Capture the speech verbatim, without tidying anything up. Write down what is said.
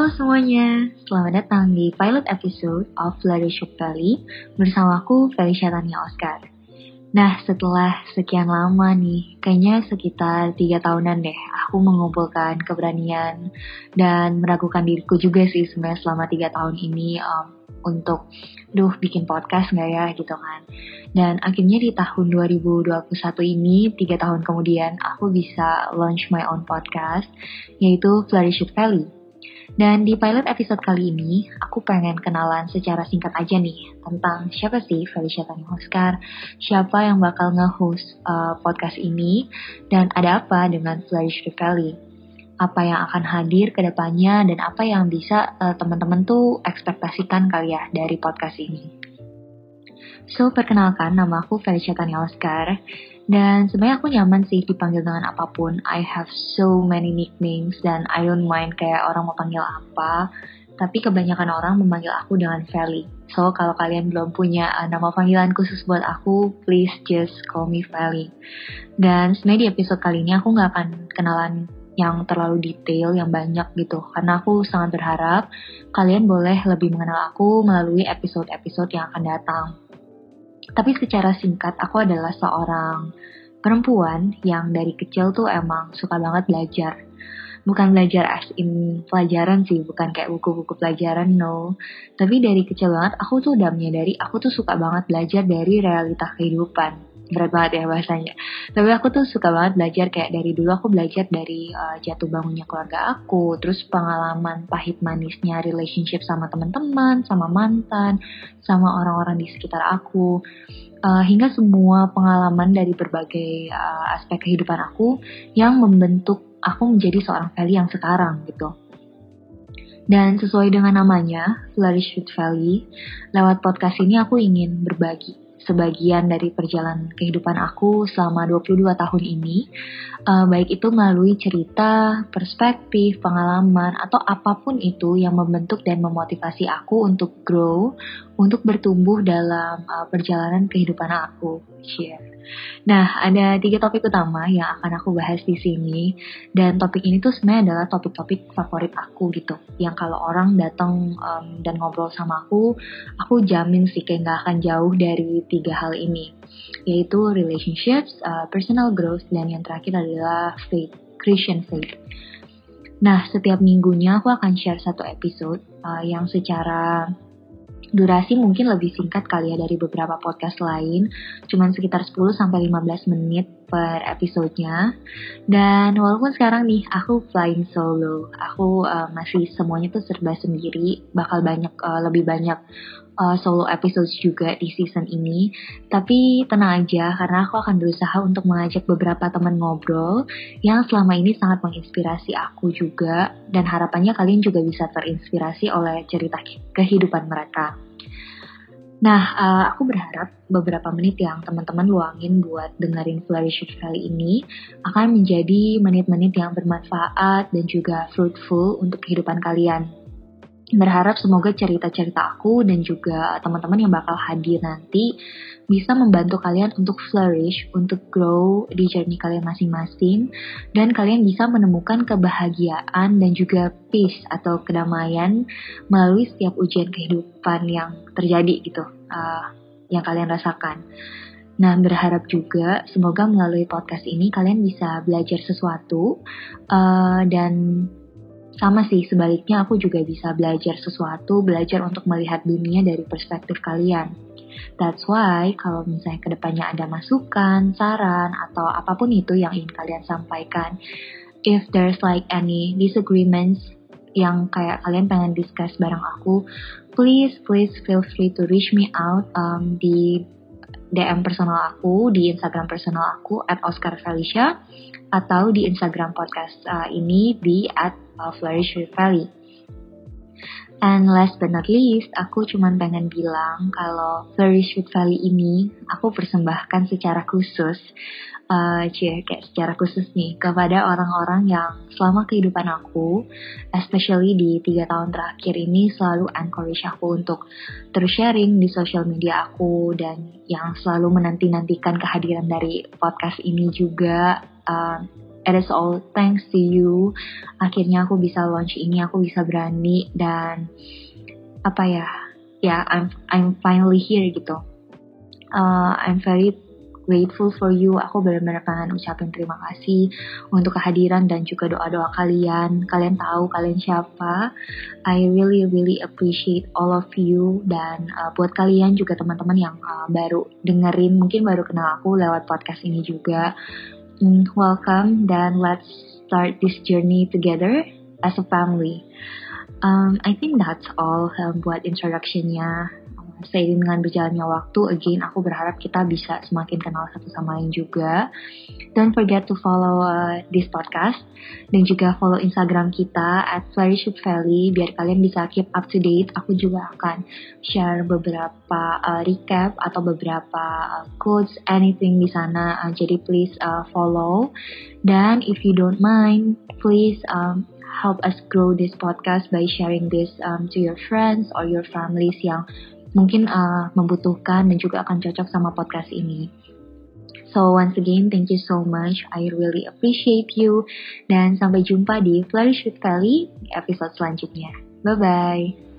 Halo semuanya, selamat datang di pilot episode of Flourish with Feli bersama aku Felicia Tania Oscar. Nah, setelah sekian lama nih, kayaknya sekitar tiga tahunan deh, aku mengumpulkan keberanian dan meragukan diriku juga sih sebenarnya selama tiga tahun ini um, untuk, duh bikin podcast nggak ya gitu kan. Dan akhirnya di tahun dua ribu dua puluh satu ini, tiga tahun kemudian, aku bisa launch my own podcast, yaitu Flourish with Feli. Dan di pilot episode kali ini, aku pengen kenalan secara singkat aja nih tentang siapa sih Felicia Tania Oscar, siapa yang bakal nge-host uh, podcast ini, dan ada apa dengan Flourish with Feli. Apa yang akan hadir ke depannya, dan apa yang bisa uh, teman-teman tuh ekspektasikan kali ya dari podcast ini. So, perkenalkan, nama aku Felicia Tania Oscar. Dan sebenarnya aku nyaman sih dipanggil dengan apapun. I have so many nicknames dan I don't mind kayak orang mau panggil apa. Tapi kebanyakan orang memanggil aku dengan Feli. So kalau kalian belum punya uh, nama panggilan khusus buat aku, please just call me Feli. Dan sebenarnya di episode kali ini aku gak akan kenalan yang terlalu detail, yang banyak gitu. Karena aku sangat berharap kalian boleh lebih mengenal aku melalui episode-episode yang akan datang. Tapi secara singkat, aku adalah seorang perempuan yang dari kecil tuh emang suka banget belajar. Bukan belajar as in pelajaran sih, bukan kayak buku-buku pelajaran, no. Tapi dari kecil banget, aku tuh udah menyadari, aku tuh suka banget belajar dari realita kehidupan. Berat banget ya bahasanya. Tapi aku tuh suka banget belajar kayak dari dulu aku belajar dari uh, jatuh bangunnya keluarga aku, terus pengalaman pahit manisnya relationship sama teman-teman, sama mantan, sama orang-orang di sekitar aku, uh, hingga semua pengalaman dari berbagai uh, aspek kehidupan aku yang membentuk aku menjadi seorang Feli yang sekarang gitu. Dan sesuai dengan namanya, Flourish with Feli, lewat podcast ini aku ingin berbagi sebagian dari perjalanan kehidupan aku selama dua puluh dua tahun ini, uh, baik itu melalui cerita, perspektif, pengalaman, atau apapun itu yang membentuk dan memotivasi aku untuk grow, untuk bertumbuh dalam uh, perjalanan kehidupan aku. Share. Nah, ada tiga topik utama yang akan aku bahas di sini, dan topik ini tuh sebenarnya adalah topik-topik favorit aku gitu, yang kalau orang datang um, dan ngobrol sama aku, aku jamin sih kayak gak akan jauh dari tiga hal ini, yaitu relationships, uh, personal growth, dan yang terakhir adalah faith, Christian faith. Nah, setiap minggunya aku akan share satu episode uh, yang secara durasi mungkin lebih singkat kali ya dari beberapa podcast lain, cuman sekitar sepuluh sampai lima belas menit per episodenya. Dan walaupun sekarang nih aku flying solo, aku uh, masih semuanya tuh serba sendiri, bakal banyak uh, lebih banyak uh, solo episodes juga di season ini. Tapi tenang aja, karena aku akan berusaha untuk mengajak beberapa teman ngobrol yang selama ini sangat menginspirasi aku juga, dan harapannya kalian juga bisa terinspirasi oleh cerita kehidupan mereka. Nah, uh, aku berharap beberapa menit yang teman-teman luangin buat dengerin Flourish with Feli ini akan menjadi menit-menit yang bermanfaat dan juga fruitful untuk kehidupan kalian. Berharap semoga cerita-cerita aku dan juga teman-teman yang bakal hadir nanti bisa membantu kalian untuk flourish, untuk grow di journey kalian masing-masing, dan kalian bisa menemukan kebahagiaan dan juga peace atau kedamaian melalui setiap ujian kehidupan yang terjadi gitu, uh, yang kalian rasakan. Nah, berharap juga semoga melalui podcast ini kalian bisa belajar sesuatu, uh, dan sama sih, sebaliknya aku juga bisa belajar sesuatu, belajar untuk melihat dunia dari perspektif kalian. That's why kalau misalnya kedepannya ada masukan, saran, atau apapun itu yang ingin kalian sampaikan, if there's like any disagreements yang kayak kalian pengen discuss bareng aku, please, please feel free to reach me out um, di D M personal aku, di Instagram personal aku at Oscar Felicia, atau di Instagram podcast uh, ini di at uh, Flourish with Feli. And last but not least, aku cuma pengen bilang kalau Flourish with Feli ini aku persembahkan secara khusus, uh, cie, kayak secara khusus nih, kepada orang-orang yang selama kehidupan aku, especially di tiga tahun terakhir ini, selalu encourage aku untuk terus sharing di social media aku, dan yang selalu menanti-nantikan kehadiran dari podcast ini juga. Uh, it is all thanks to you. Akhirnya aku bisa launch ini, aku bisa berani, dan apa ya, ya yeah, I'm I'm finally here gitu. Uh, I'm very grateful for you. Aku benar-benar pengen ucapin terima kasih untuk kehadiran dan juga doa-doa kalian. Kalian tahu kalian siapa. I really really appreciate all of you. Dan uh, buat kalian juga teman-teman yang uh, baru dengerin, mungkin baru kenal aku lewat podcast ini juga, mm, welcome, dan let's start this journey together as a family. Um, I think that's all um, buat introduction-nya. Seiring dengan berjalannya waktu, again, aku berharap kita bisa semakin kenal satu sama lain juga. Don't forget to follow uh, this podcast, dan juga follow Instagram kita at Flourish with Feli, biar kalian bisa keep up to date. Aku juga akan share beberapa uh, recap atau beberapa uh, quotes, anything di sana. Uh, jadi please uh, follow. Dan if you don't mind, please um, help us grow this podcast by sharing this um, to your friends or your families yang mungkin uh, membutuhkan dan juga akan cocok sama podcast ini. So once again, thank you so much. I really appreciate you. Dan sampai jumpa di Flourish with Feli episode selanjutnya. Bye-bye.